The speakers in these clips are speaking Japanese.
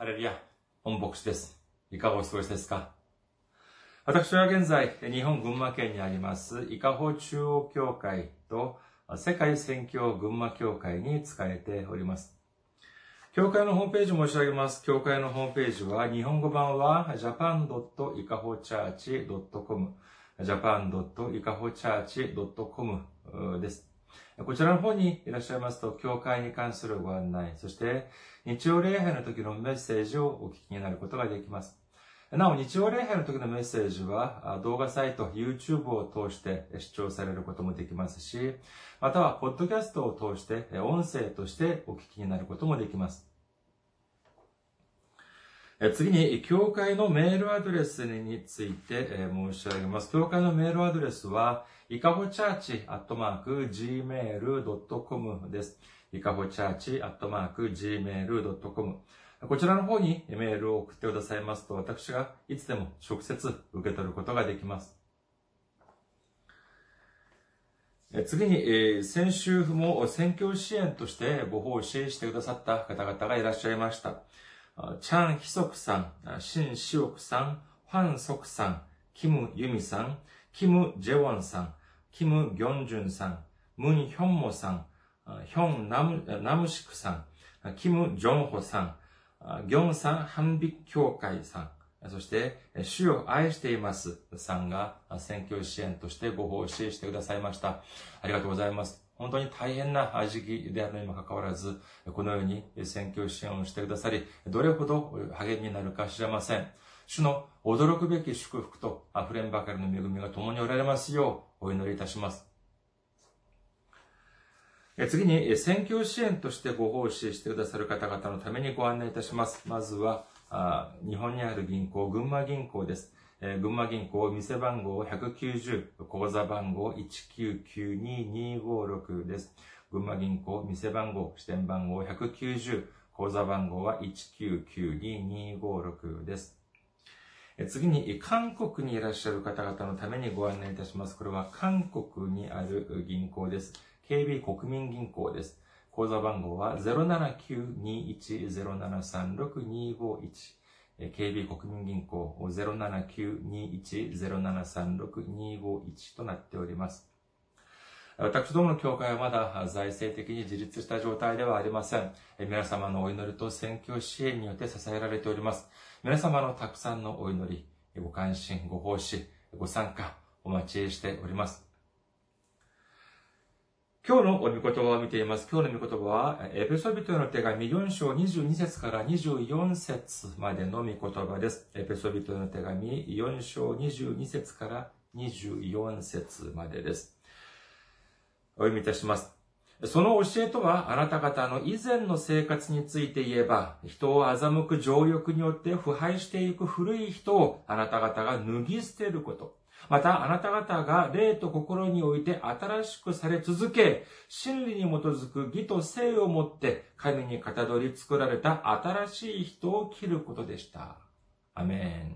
ハレルヤ、本牧師です。いかがお過ごしですか？私は現在、日本群馬県にあります、伊香保中央教会と世界宣教群馬教会に仕えております。教会のホームページ申し上げます。教会のホームページは、日本語版は japan.ikahochurch.com japan.ikahochurch.com です。こちらの方にいらっしゃいますと、教会に関するご案内、そして日曜礼拝の時のメッセージをお聞きになることができます。なお、日曜礼拝の時のメッセージは、動画サイト、YouTube を通して視聴されることもできますし、または、ポッドキャストを通して、音声としてお聞きになることもできます。次に、教会のメールアドレスについて申し上げます。教会のメールアドレスは、いかほチャーチ@gmail.com です。いかほチャーチ@gmail.com。こちらの方にメールを送ってくださいますと、私がいつでも直接受け取ることができます。次に、先週も宣教支援としてご奉仕してくださった方々がいらっしゃいました。チャン・ヒソクさん、シン・シオクさん、ファン・ソクさん、キム・ユミさん、キム・ジェウォンさん、キム・ギョンジュンさん、ムン・ヒョンモさん、ヒョン・ナムシクさん、キム・ジョンホさん、ギョンさん・ハンビ教会さん、そして、主を愛していますさんが宣教支援としてご奉仕してくださいました。ありがとうございます。本当に大変な時期であるにもかかわらず、このように宣教支援をしてくださり、どれほど励みになるか知れません。主の驚くべき祝福と溢れんばかりの恵みが共におられますようお祈りいたします。次に、宣教支援としてご奉仕してくださる方々のためにご案内いたします。まずは、日本にある銀行、群馬銀行です。群馬銀行、店番号190、口座番号1992256です。群馬銀行、店番号、支店番号190、口座番号は1992256です。次に、韓国にいらっしゃる方々のためにご案内いたします。これは韓国にある銀行です。KB 国民銀行です。口座番号は 07921073625KB 国民銀行 07921073625 となっております。私どもの教会はまだ財政的に自立した状態ではありません。皆様のお祈りと宣教支援によって支えられております。皆様のたくさんのお祈り、ご関心、ご奉仕、ご参加、お待ちしております。今日の御言葉を見ています。今日の御言葉は、エペソビトへの手紙4章22節から24節までの御言葉です。エペソビトへの手紙4章22節から24節までです。お読みいたします。その教えとは、あなた方の以前の生活について言えば、人を欺く情欲によって腐敗していく古い人をあなた方が脱ぎ捨てること。また、あなた方が霊と心において新しくされ続け、真理に基づく義と誠をもって、神にかたどり作られた新しい人を切ることでした。アメン。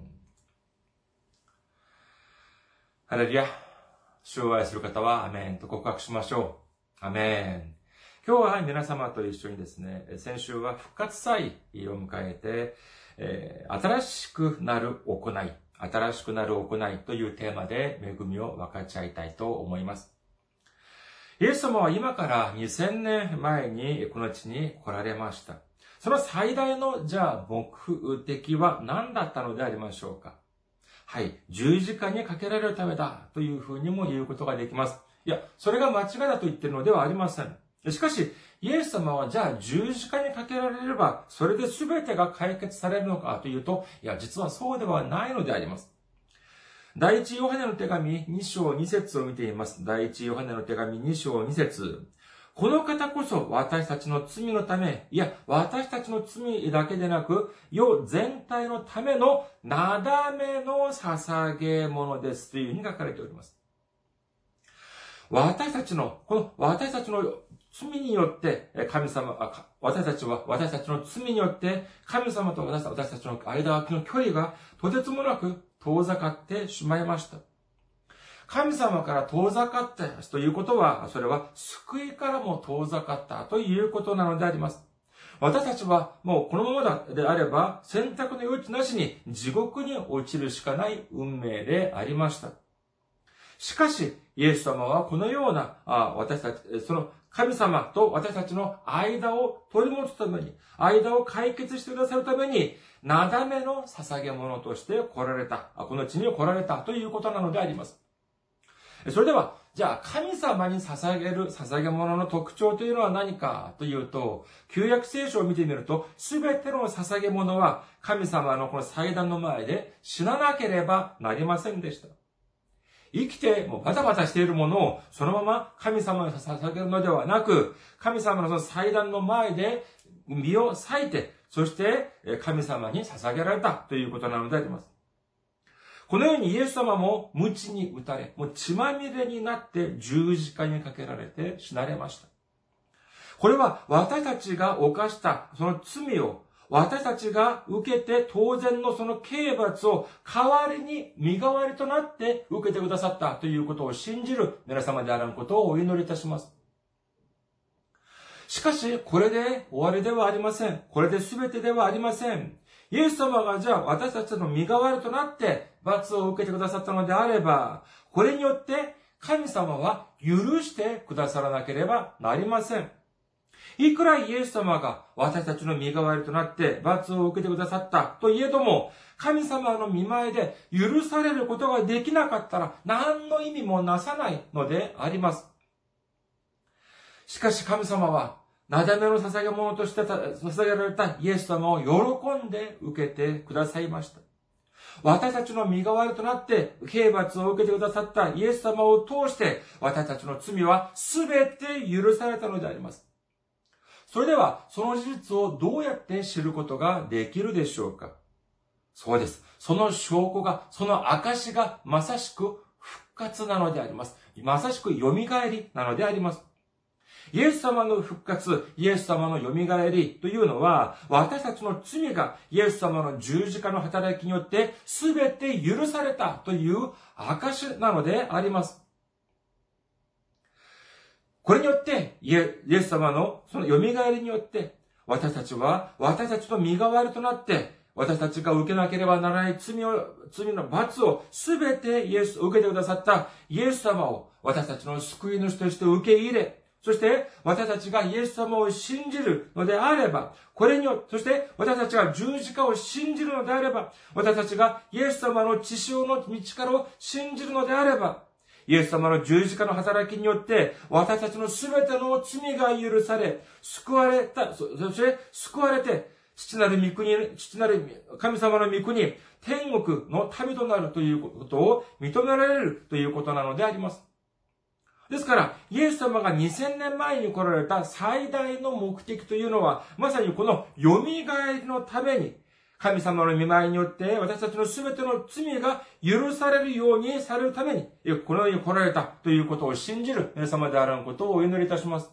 ハレルヤ。主を愛する方はアメンと告白しましょう。アメン。今日は皆様と一緒にですね、先週は復活祭を迎えて、新しくなる行いというテーマで恵みを分かち合いたいと思います。イエス様は今から2000年前にこの地に来られました。その最大の目的は何だったのでありましょうか？はい、十字架にかけられるためだというふうにも言うことができます。いや、それが間違いだと言っているのではありません。しかし、イエス様は十字架にかけられれば、それで全てが解決されるのかというと、いや、実はそうではないのであります。第一ヨハネの手紙2章2節を見ています。第一ヨハネの手紙2章2節。この方こそ私たちの罪のため、いや、私たちの罪だけでなく、世全体のためのなだめの捧げ物ですというふうに書かれております。私たちの罪によって、私たちの罪によって、神様と私たちの間の距離がとてつもなく遠ざかってしまいました。神様から遠ざかったということは、それは救いからも遠ざかったということなのであります。 私たちはもうこのままであれば選択の余地なしに地獄に落ちるしかない運命でありました。しかし、イエス様はこのような、私たち、その神様と私たちの間を取り持つために、間を解決してくださるために、なだめの捧げ物として来られた、この地に来られたということなのであります。それでは、じゃあ神様に捧げる捧げ物の特徴というのは何かというと、旧約聖書を見てみると、すべての捧げ物は神様のこの祭壇の前で死ななければなりませんでした。生きてもうバタバタしているものをそのまま神様に捧げるのではなく、神様のその祭壇の前で身を裂いて、そして神様に捧げられたということなのであります。このようにイエス様も鞭に打たれ、もう血まみれになって十字架にかけられて死なれました。これは私たちが犯したその罪を私たちが受けて当然のその刑罰を代わりに身代わりとなって受けてくださったということを信じる皆様であらんことをお祈りいたします。しかし、これで終わりではありません。これで全てではありません。イエス様がじゃあ私たちの身代わりとなって罰を受けてくださったのであれば、これによって神様は許してくださらなければなりません。いくらイエス様が私たちの身代わりとなって罰を受けてくださったといえども、神様の御前で許されることができなかったら何の意味もなさないのであります。しかし神様は、なだめの捧げ物として捧げられたイエス様を喜んで受けてくださいました。私たちの身代わりとなって刑罰を受けてくださったイエス様を通して私たちの罪はすべて許されたのであります。それでは、その事実をどうやって知ることができるでしょうか？そうです。その証拠が、その証がまさしく復活なのであります。まさしく蘇りなのであります。イエス様の復活、イエス様の蘇りというのは、私たちの罪がイエス様の十字架の働きによって全て許されたという証なのであります。これによって、イエス様のその蘇りによって、私たちの身代わりとなって、私たちが受けなければならない罪の罰を全て受けてくださったイエス様を私たちの救い主として受け入れ、そして私たちがイエス様を信じるのであれば、そして私たちが十字架を信じるのであれば、私たちがイエス様の血潮の道からを信じるのであれば、イエス様の十字架の働きによって、私たちのすべての罪が許され、救われて、父なる神様の御国、天国の民となるということを認められるということなのであります。ですから、イエス様が2000年前に来られた最大の目的というのは、まさにこの蘇りのために、神様の御前によって私たちのすべての罪が許されるようにされるために、この世に来られたということを信じる皆様であらんことをお祈りいたします。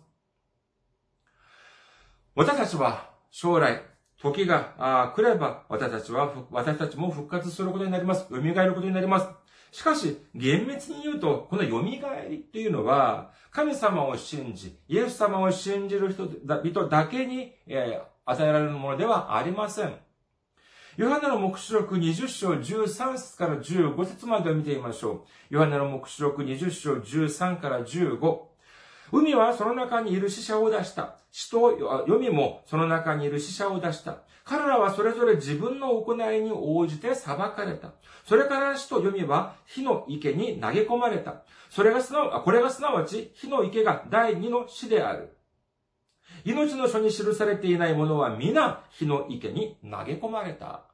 私たちは将来、時が来れば、私たちも復活することになります。蘇ることになります。しかし、厳密に言うと、この蘇りっていうのは、神様を信じ、イエス様を信じる人だけに与えられるものではありません。ヨハネの黙示録20章13節から15節までを見てみましょう。ヨハネの黙示録20章13から15。海はその中にいる死者を出した。死と黄泉もその中にいる死者を出した。彼らはそれぞれ自分の行いに応じて裁かれた。それから死と黄泉は火の池に投げ込まれた。これがすなわち火の池が第二の死である。命の書に記されていないものは皆火の池に投げ込まれた。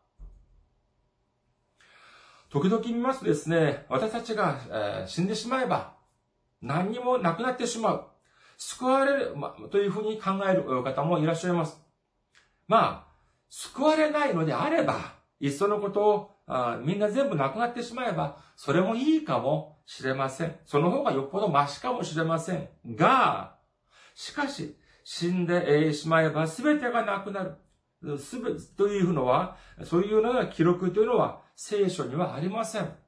時々見ますとですね、私たちが死んでしまえば何にもなくなってしまう。救われる、というふうに考える方もいらっしゃいます。救われないのであれば、いっそのことをみんな全部なくなってしまえば、それもいいかもしれません。その方がよっぽどマシかもしれません。が、しかし、死んでしまえば全てがなくなる。というのは、そういうような記録というのは聖書にはありません。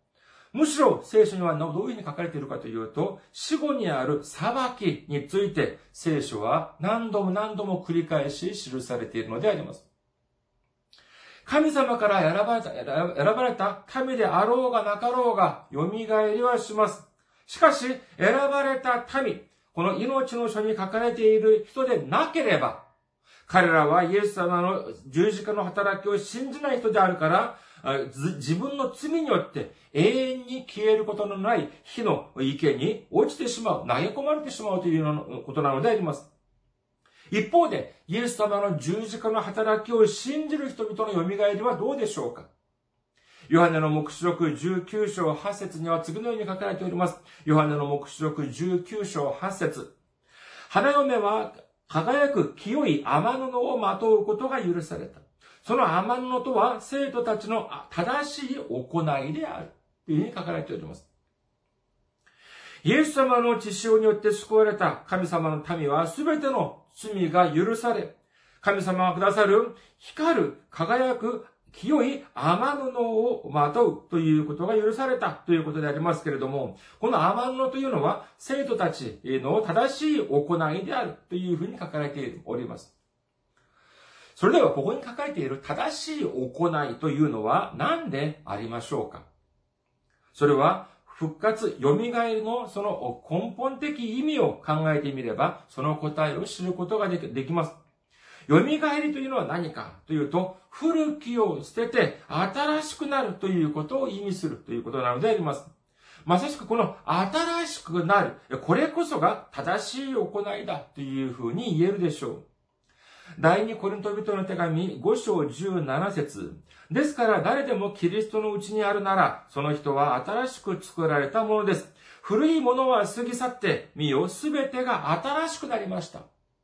むしろ聖書にはどういうふうに書かれているかというと、死後にある裁きについて聖書は何度も何度も繰り返し記されているのであります。神様から選ばれた神であろうがなかろうが、蘇りはします。しかし、選ばれた民、この命の書に書かれている人でなければ、彼らはイエス様の十字架の働きを信じない人であるから、自分の罪によって永遠に消えることのない火の池に落ちてしまう、投げ込まれてしまうということなのであります。一方で、イエス様の十字架の働きを信じる人々の蘇りはどうでしょうか。ヨハネの黙示録19章8節には次のように書かれております。ヨハネの黙示録19章8節。花嫁は輝く清い雨布をまとうことが許された。その雨布とは生徒たちの正しい行いである。というふうに書かれております。イエス様の血潮によって救われた神様の民はすべての罪が許され、神様がくださる光る輝く清い雨布をまとうということが許されたということでありますけれども、この雨布というのは生徒たちの正しい行いであるというふうに書かれております。それではここに書かれている正しい行いというのは何でありましょうか。それは復活、蘇りのその根本的意味を考えてみれば、その答えを知ることができます。蘇りというのは何かというと、古きを捨てて新しくなるということを意味するということなのであります。まさしくこの新しくなる、これこそが正しい行いだというふうに言えるでしょう。第二コリント人の手紙5章17節。ですから誰でもキリストのうちにあるなら、その人は新しく作られたものです。古いものは過ぎ去って、見よ、すべてが新しくなりました。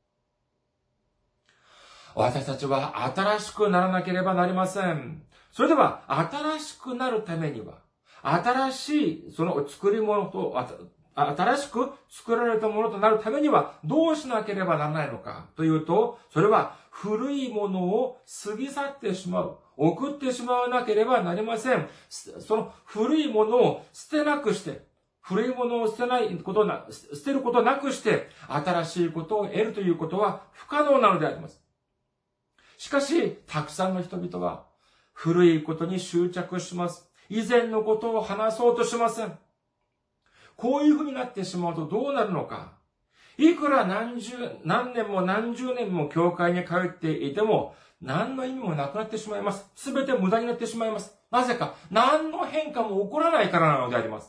私たちは新しくならなければなりません。それでは、新しくなるためには、新しいその作り物と、新しく作られたものとなるためにはどうしなければならないのかというと、それは古いものを過ぎ去ってしまう、送ってしまわなければなりません。その古いものを捨てなくして、古いものを捨てることなくして、新しいことを得るということは不可能なのであります。しかし、たくさんの人々は古いことに執着します。以前のことを話そうとしません。こういうふうになってしまうとどうなるのか。いくら何年も何十年も教会に通っていても、何の意味もなくなってしまいます。すべて無駄になってしまいます。なぜか、何の変化も起こらないからなのであります。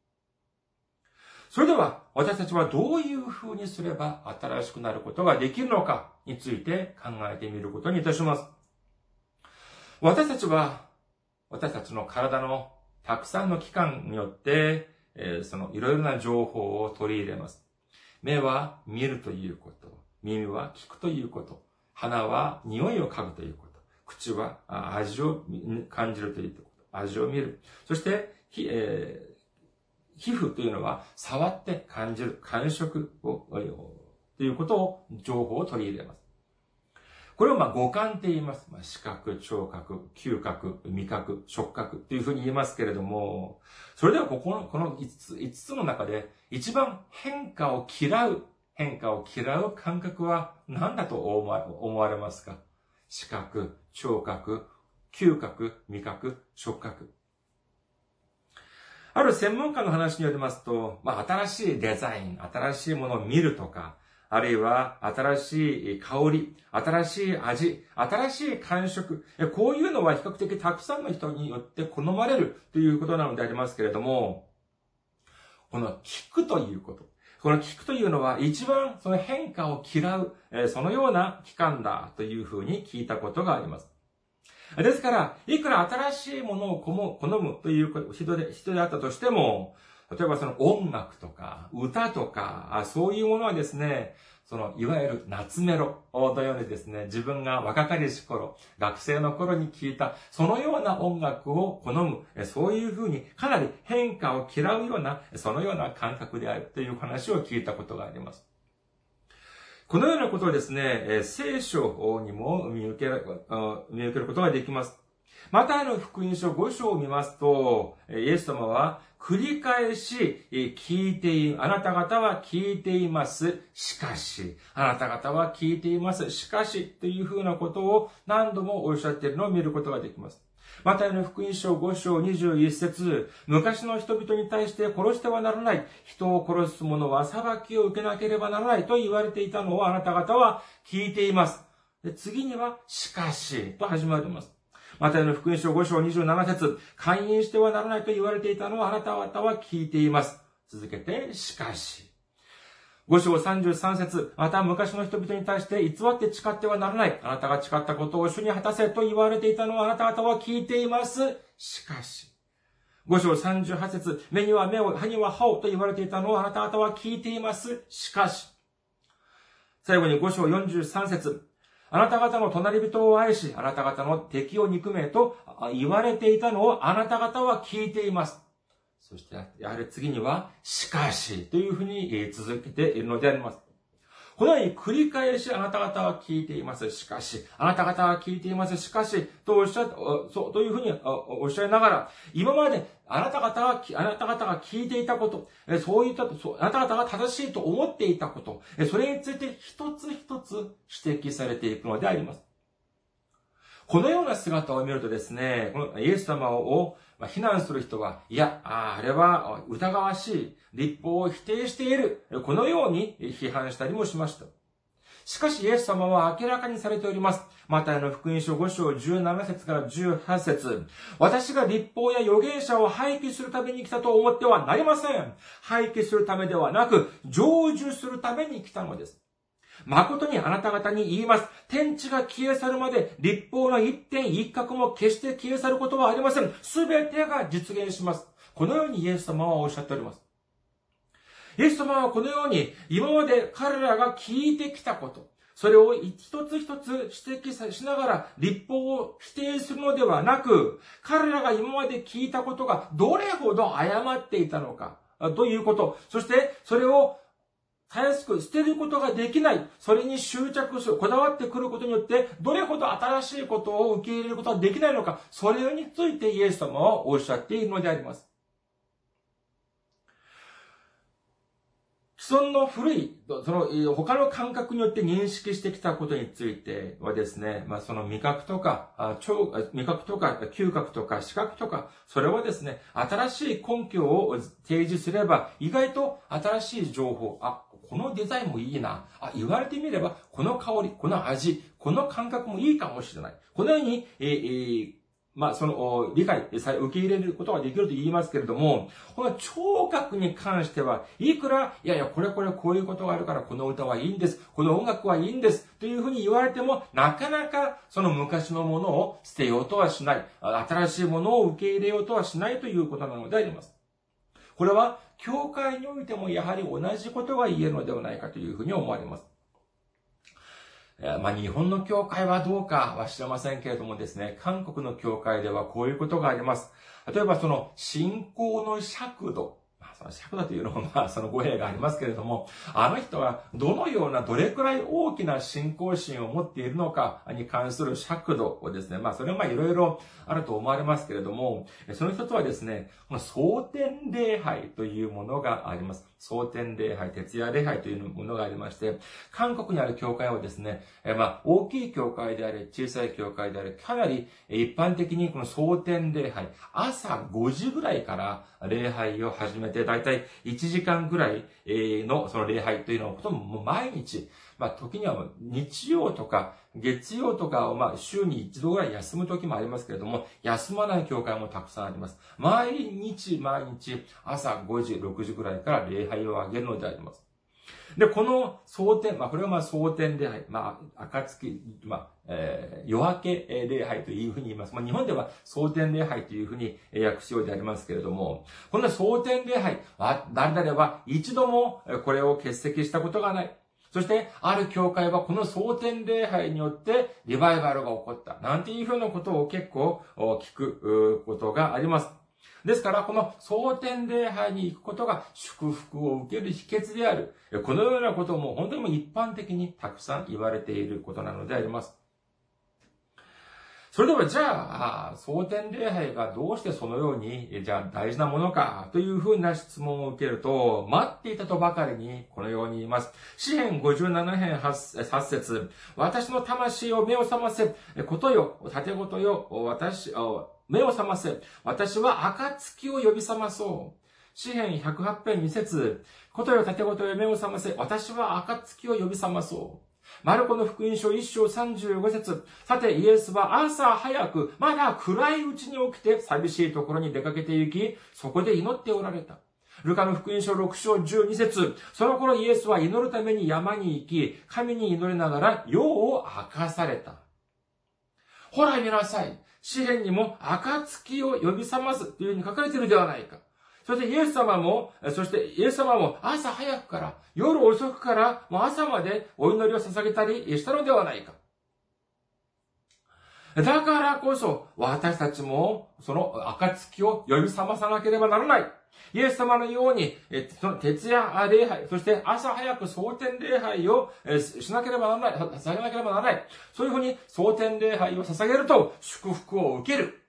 それでは、私たちはどういうふうにすれば新しくなることができるのかについて考えてみることにいたします。私たちは、私たちの体のたくさんの器官によって、そのいろいろな情報を取り入れます。目は見るということ。耳は聞くということ。鼻は匂いを嗅ぐということ。口は味を感じるということ。味を見る。そして、皮膚というのは触って感じる。感触を、ということを、情報を取り入れます。これを五感って言います。視覚、聴覚、嗅覚、味覚、触覚というふうに言いますけれども、それではこの5つの中で一番変化を嫌う感覚は何だと思われますか？視覚、聴覚、嗅覚、味覚、触覚。ある専門家の話によりますと、新しいデザイン、新しいものを見るとか、あるいは新しい香り、新しい味、新しい感触、こういうのは比較的たくさんの人によって好まれるということなのでありますけれども、この聞くということ。この聞くというのは一番その変化を嫌う、そのような器官だというふうに聞いたことがあります。ですから、いくら新しいものを好むという人であったとしても、例えばその音楽とか歌とか、そういうものはですね、いわゆる夏メロのようにですね、自分が若かりし頃、学生の頃に聴いた、そのような音楽を好む、そういうふうにかなり変化を嫌うような、そのような感覚であるという話を聞いたことがあります。このようなことをですね、聖書にも見受けることができます。 マタイの福音書5章を見ますと、イエス様は繰り返しあなた方は聞いています。しかし、あなた方は聞いています。しかし、というふうなことを何度もおっしゃっているのを見ることができます。マタイの福音書5章21節、昔の人々に対して殺してはならない。人を殺す者は裁きを受けなければならないと言われていたのをあなた方は聞いています。で、次には、しかし、と始まります。マタイの福音書5章27節、勧誘してはならないと言われていたのをあなた方は聞いています。続けて、しかし。5章33節、また昔の人々に対して偽って誓ってはならない。あなたが誓ったことを主に果たせと言われていたのをあなた方は聞いています。しかし。5章38節、目には目を、歯には歯をと言われていたのをあなた方は聞いています。しかし。最後に5章43節、あなた方の隣人を愛し、あなた方の敵を憎めと言われていたのをあなた方は聞いています。そして、やはり次には、しかし、というふうに続けているのであります。このように繰り返しあなた方は聞いています。しかし、あなた方は聞いています。しかし、というふうにおっしゃいながら、今まであなた方が聞いていたこと、あなた方が正しいと思っていたこと、それについて一つ一つ指摘されていくのであります。このような姿を見るとですね、このイエス様を非難する人は、いや、あれは疑わしい、律法を否定している、このように批判したりもしました。しかしイエス様は明らかにされております。マタイの福音書5章17節から18節、私が律法や預言者を廃棄するために来たと思ってはなりません。廃棄するためではなく、成就するために来たのです。誠にあなた方に言います。天地が消え去るまで、律法の一点一角も決して消え去ることはありません。すべてが実現します。このようにイエス様はおっしゃっております。イエス様はこのように、今まで彼らが聞いてきたこと、それを一つ一つ指摘しながら、律法を否定するのではなく、彼らが今まで聞いたことがどれほど誤っていたのか、ということ、そしてそれをたやすく捨てることができない。それに執着する、こだわってくることによって、どれほど新しいことを受け入れることができないのか、それについてイエス様はおっしゃっているのであります。既存の古い、他の感覚によって認識してきたことについてはですね、その味覚とか、嗅覚とか視覚とか、それはですね、新しい根拠を提示すれば、意外と新しい情報、このデザインもいいな。言われてみれば、この香り、この味、この感覚もいいかもしれない。このように、理解、受け入れることができると言いますけれども、この聴覚に関しては、いくら、こういうことがあるから、この歌はいいんです。この音楽はいいんです。というふうに言われても、なかなか、その昔のものを捨てようとはしない。新しいものを受け入れようとはしないということなのであります。これは、教会においてもやはり同じことが言えるのではないかというふうに思われます。日本の教会はどうかは知りませんけれどもですね、韓国の教会ではこういうことがあります。例えば信仰の尺度。その尺度というのは、その語弊がありますけれども、あの人はどれくらい大きな信仰心を持っているのかに関する尺度をですね、それはいろいろあると思われますけれども、その一つはですね、蒼天礼拝というものがあります。蒼天礼拝、徹夜礼拝というものがありまして、韓国にある教会はですね、大きい教会であり、小さい教会であり、かなり一般的にこの蒼天礼拝、朝5時ぐらいから礼拝を始めて、だいたい1時間ぐらいのその礼拝というのをほとんどもう毎日、時には日曜とか月曜とかを週に一度ぐらい休む時もありますけれども、休まない教会もたくさんあります。毎日朝5時、6時ぐらいから礼拝をあげるのであります。で、この蒼天、これは蒼天礼拝、暁、夜明け礼拝というふうに言います。日本では蒼天礼拝というふうに訳すようでありますけれども、この蒼天礼拝は、誰々は一度もこれを欠席したことがない。そして、ある教会はこの蒼天礼拝によってリバイバルが起こった。なんていうふうなことを結構聞くことがあります。ですから、この蒼天礼拝に行くことが祝福を受ける秘訣である。このようなことも本当に一般的にたくさん言われていることなのであります。 それではじゃあ、蒼天礼拝がどうしてそのように、じゃあ大事なものかというふうな質問を受けると、待っていたとばかりにこのように言います。詩編57編 8節、私の魂を目を覚ませ、ことよ、盾ごとよ、目を覚ませ、私は暁を呼び覚まそう。詩編108編2節、ことよ、盾ごとよ、目を覚ませ、私は暁を呼び覚まそう。マルコの福音書1章35節、さてイエスは朝早く、まだ暗いうちに起きて寂しいところに出かけて行き、そこで祈っておられた。ルカの福音書6章12節、その頃イエスは祈るために山に行き、神に祈りながら夜を明かされた。ほら見なさい。詩篇にも暁を呼び覚ますというふうに書かれているではないか。そしてイエス様も朝早くから夜遅くからもう朝までお祈りを捧げたりしたのではないか。だからこそ私たちもその暁を呼び覚まさなければならない。イエス様のように、その徹夜礼拝、そして朝早く蒼天礼拝をしなければならない、捧げなければならない。そういうふうに蒼天礼拝を捧げると祝福を受ける。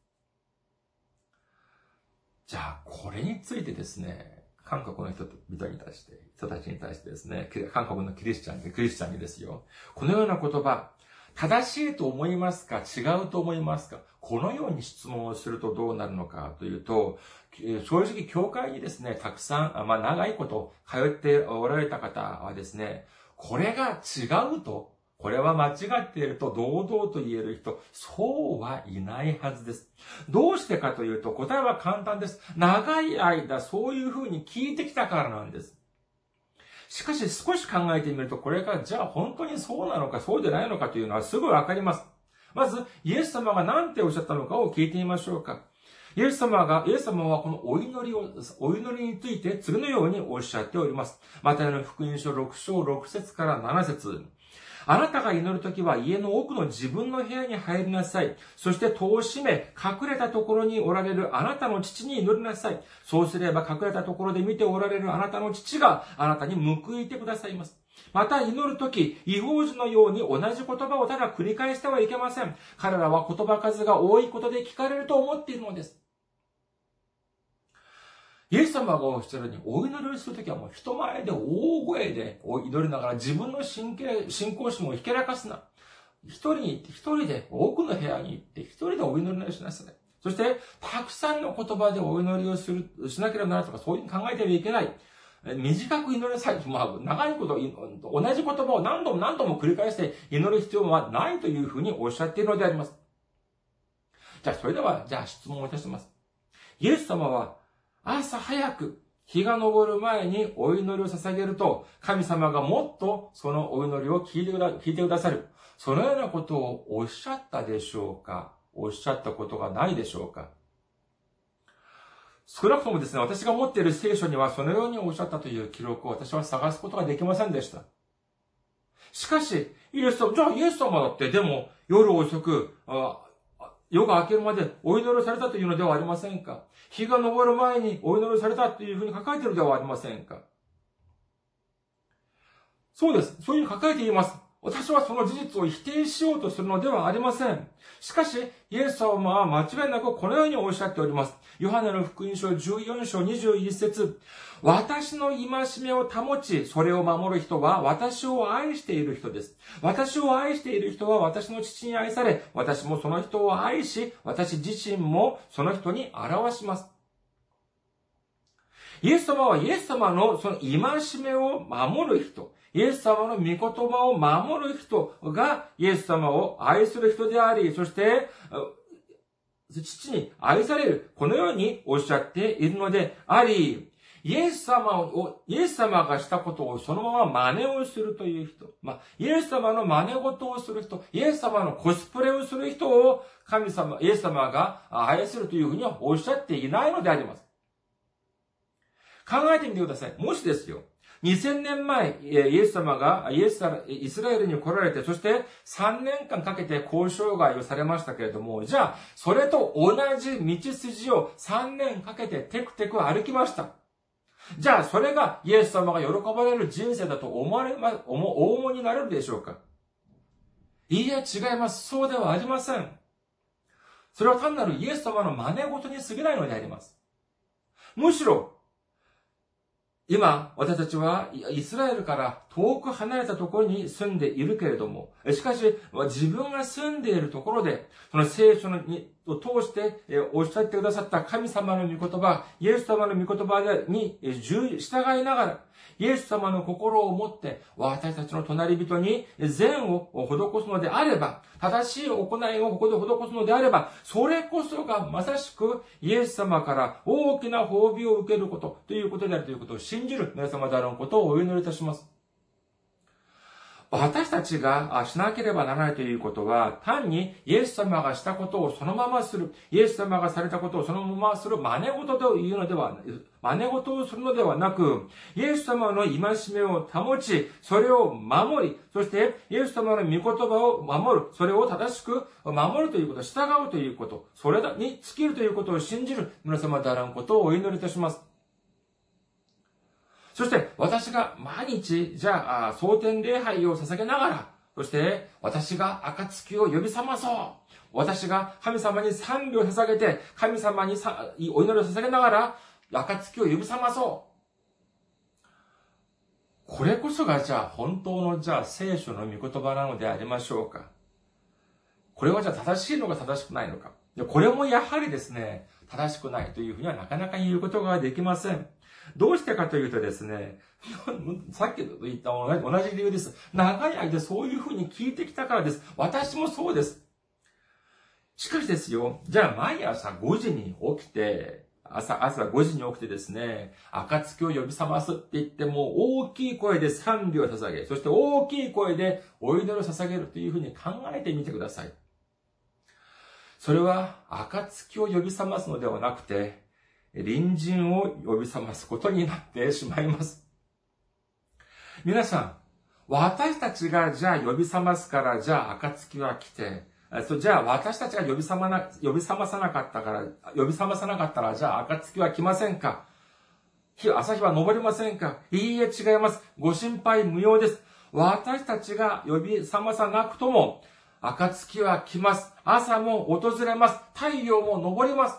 じゃあ、これについてですね、韓国の人たちに対してですね、韓国のクリスチャンにですよ、このような言葉、正しいと思いますか違うと思いますかこのように質問をするとどうなるのかというと、正直教会にですね、たくさん、長いこと通っておられた方はですね、これが違うと、これは間違っていると堂々と言える人、そうはいないはずです。どうしてかというと、答えは簡単です。長い間そういうふうに聞いてきたからなんです。しかし少し考えてみると、これがじゃあ本当にそうなのかそうでないのかというのはすぐわかります。まず、イエス様が何ておっしゃったのかを聞いてみましょうか。イエス様はこのお祈りについて次のようにおっしゃっております。マタイの福音書6章6節から7節。あなたが祈るときは家の奥の自分の部屋に入りなさい。そして戸を閉め、隠れたところにおられるあなたの父に祈りなさい。そうすれば隠れたところで見ておられるあなたの父があなたに報いてくださいます。また祈るとき、異邦人のように同じ言葉をただ繰り返してはいけません。彼らは言葉数が多いことで聞かれると思っているのです。イエス様がおっしゃるように、お祈りをするときはもう人前で大声で祈りながら自分の信仰心をひけらかすな。一人で奥の部屋に行って一人でお祈りをしなさい。そして、たくさんの言葉でお祈りをしなければならないとか、そういうふうに考えてはいけない。短く祈りなさい。長いこと、同じ言葉を何度も繰り返して祈る必要はないというふうにおっしゃっているのであります。じゃあ、それでは、質問をいたします。イエス様は、朝早く日が昇る前にお祈りを捧げると、神様がもっとそのお祈りを聞いてくださる。そのようなことをおっしゃったでしょうか？おっしゃったことがないでしょうか？少なくともですね、私が持っている聖書にはそのようにおっしゃったという記録を私は探すことができませんでした。しかし、イエス様だって、でも夜遅く、夜が明けるまでお祈りをされたというのではありませんか？日が昇る前にお祈りをされたというふうに書かれているではありませんか？そうです。そういうふうに書かれています。私はその事実を否定しようとするのではありません。しかし、イエス様は間違いなくこのようにおっしゃっております。ヨハネの福音書14章21節。私の戒めを保ち、それを守る人は私を愛している人です。私を愛している人は私の父に愛され、私もその人を愛し、私自身もその人に表します。イエス様はイエス様のその戒めを守る人、イエス様の御言葉を守る人がイエス様を愛する人であり、そして父に愛される、このようにおっしゃっているのであり、イエス様がしたことをそのまま真似をするという人、イエス様の真似事をする人、イエス様のコスプレをする人をイエス様が愛するというふうにはおっしゃっていないのであります。考えてみてください。もしですよ、2000年前、イエス様がイスラエルに来られて、そして3年間かけて交渉外をされましたけれども、じゃあ、それと同じ道筋を3年かけてテクテク歩きました。じゃあ、それがイエス様が喜ばれる人生だとお思いになれるでしょうか？いいえ、違います。そうではありません。 それは単なるイエス様の真似事に過ぎないのであります。むしろ、今、私たちはイスラエルから遠く離れたところに住んでいるけれども、しかし、自分が住んでいるところで、その聖書を通しておっしゃってくださった神様の御言葉、イエス様の御言葉に従いながら、イエス様の心を持って私たちの隣人に善を施すのであれば、正しい行いをここで施すのであれば、それこそがまさしくイエス様から大きな褒美を受けることということであるということを信じる皆様であることをお祈りいたします。私たちがしなければならないということは、単にイエス様がしたことをそのままする、イエス様がされたことをそのままする真似事というのでは、真似事をするのではなく、イエス様の戒めを保ち、それを守り、そしてイエス様の御言葉を守る、それを正しく守るということ、従うということ、それに尽きるということを信じる皆様であらんことをお祈りいたします。そして、私が毎日、蒼天礼拝を捧げながら、そして、私が暁を呼び覚まそう。私が神様に賛美を捧げて、神様にお祈りを捧げながら、暁を呼び覚まそう。これこそが、本当の、聖書の御言葉なのでありましょうか。これは正しいのか正しくないのか。これもやはりですね、正しくないというふうにはなかなか言うことができません。どうしてかというとですね、さっきと言った同じ理由です。長い間そういうふうに聞いてきたからです。私もそうです。しかしですよ、毎朝5時に起きて、朝5時に起きてですね、暁を呼び覚ますって言っても大きい声で賛美を捧げ、そして大きい声でお祈りを捧げるというふうに考えてみてください。それは暁を呼び覚ますのではなくて、隣人を呼び覚ますことになってしまいます。皆さん、私たちが呼び覚ますから暁は来て、私たちが呼び覚まさなかったら暁は来ませんか？朝日は昇りませんか？いいえ、違います。ご心配無用です。私たちが呼び覚まさなくとも、暁は来ます。朝も訪れます。太陽も昇ります。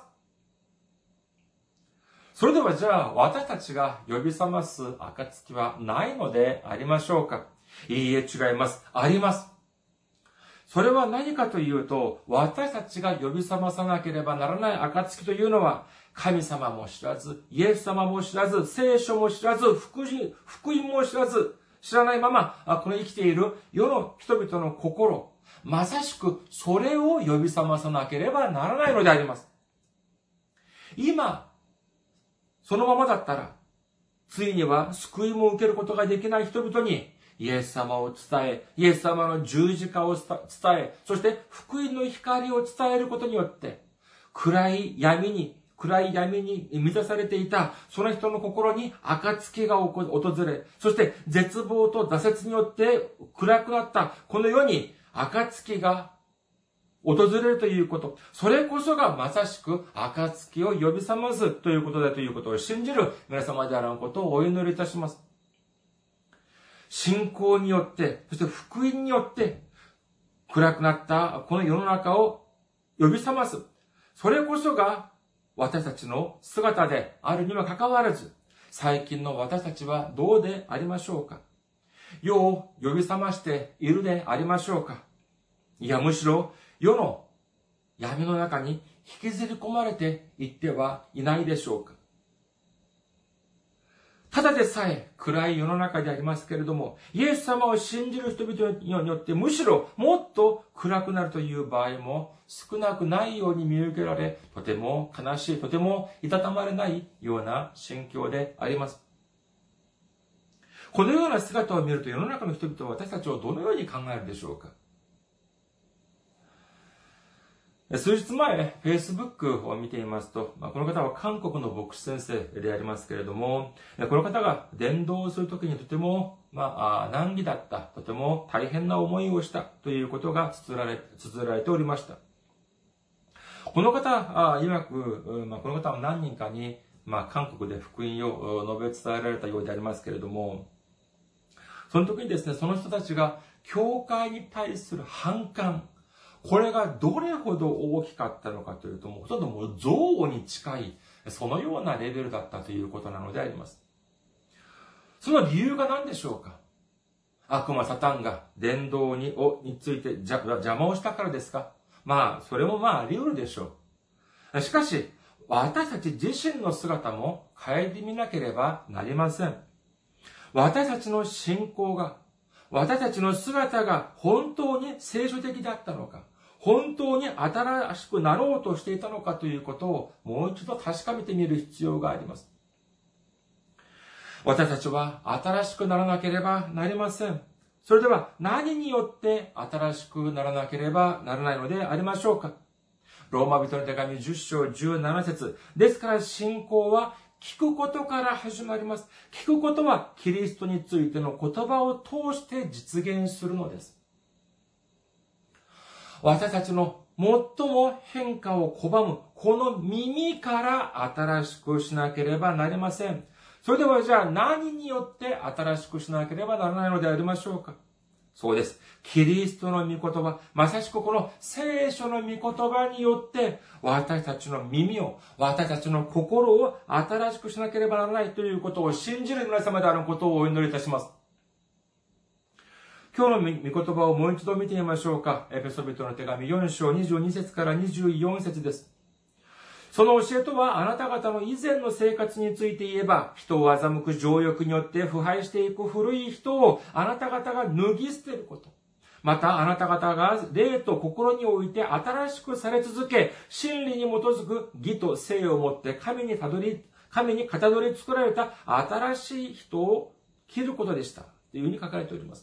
それでは私たちが呼び覚ます暁はないのでありましょうか？いいえ、違います。あります。それは何かというと、私たちが呼び覚まさなければならない暁というのは、神様も知らず、イエス様も知らず、聖書も知らず、福音も知らないまま、この生きている世の人々の心、まさしくそれを呼び覚まさなければならないのであります。今、そのままだったら、ついには救いも受けることができない人々に、イエス様を伝え、イエス様の十字架を伝え、そして福音の光を伝えることによって、暗い闇に満たされていた、その人の心に暁が訪れ、そして絶望と挫折によって暗くなった、この世に暁が訪れるということ、それこそがまさしく暁を呼び覚ますということだということを信じる皆様であらんことをお祈りいたします。信仰によって、そして福音によって、暗くなったこの世の中を呼び覚ます。それこそが私たちの姿であるにはかかわらず、最近の私たちはどうでありましょうか？世を呼び覚ましているでありましょうか？いや、むしろ世の闇の中に引きずり込まれていってはいないでしょうか？ただでさえ暗い世の中でありますけれども、イエス様を信じる人々によってむしろもっと暗くなるという場合も少なくないように見受けられ、とても悲しい、とてもいたたまれないような心境であります。このような姿を見ると世の中の人々は私たちをどのように考えるでしょうか？数日前、Facebook を見ていますと、この方は韓国の牧師先生でありますけれども、この方が伝道をするときにとても、難儀だった、とても大変な思いをしたということが綴られておりました。この方、曰く、この方は何人かに、韓国で福音を述べ伝えられたようでありますけれども、その時にですね、その人たちが教会に対する反感、 これがどれほど大きかったのかというと、ほとんど憎悪に近い、そのようなレベルだったということなのであります。その理由が何でしょうか？悪魔サタンが伝道について邪魔をしたからですか？それもあり得るでしょう。しかし、私たち自身の姿も顧みなければなりません。私たちの信仰が、私たちの姿が本当に聖書的だったのか、本当に新しくなろうとしていたのかということをもう一度確かめてみる必要があります。私たちは新しくならなければなりません。それでは何によって新しくならなければならないのでありましょうか？ローマ人の手紙10章17節。ですから信仰は聞くことから始まります。聞くことはキリストについての言葉を通して実現するのです。私たちの最も変化を拒むこの耳から新しくしなければなりません。それではじゃあ何によって新しくしなければならないのでありましょうか？そうです。キリストの御言葉、まさしくこの聖書の御言葉によって、私たちの耳を、私たちの心を新しくしなければならないということを信じる皆様であることをお祈りいたします。今日の御言葉をもう一度見てみましょうか。エペソビトの手紙4章22節から24節です。その教えとはあなた方の以前の生活について言えば、人を欺く情欲によって腐敗していく古い人をあなた方が脱ぎ捨てること。またあなた方が霊と心において新しくされ続け、真理に基づく義と聖をもって神にかたどり作られた新しい人を着ることでした。というふうに書かれております。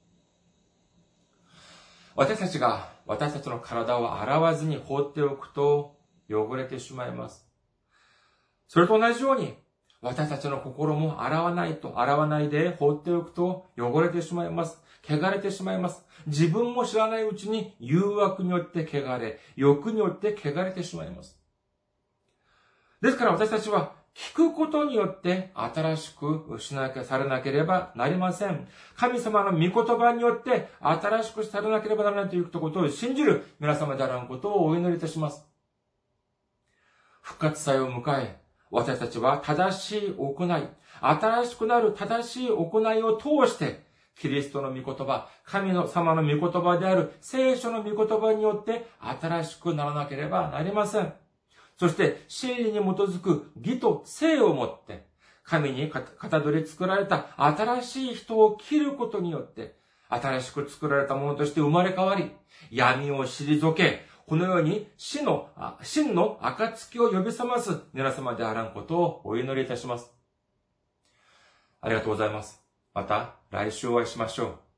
私たちが私たちの体を洗わずに放っておくと汚れてしまいます。それと同じように私たちの心も洗わないで放っておくと汚れてしまいます。汚れてしまいます。自分も知らないうちに誘惑によって汚れ、欲によって汚れてしまいます。ですから私たちは聞くことによって新しくされなければなりません。神様の御言葉によって新しくされなければならないということを信じる皆様であらんことをお祈りいたします。復活祭を迎え、私たちは正しい行い、新しくなる正しい行いを通して、キリストの御言葉、神様の御言葉である聖書の御言葉によって新しくならなければなりません。そして真理に基づく義と聖をもって、神にかたどり作られた新しい人を切ることによって、新しく作られたものとして生まれ変わり、闇を退け、このように真の暁を呼び覚ます皆様であらんことをお祈りいたします。ありがとうございます。また来週お会いしましょう。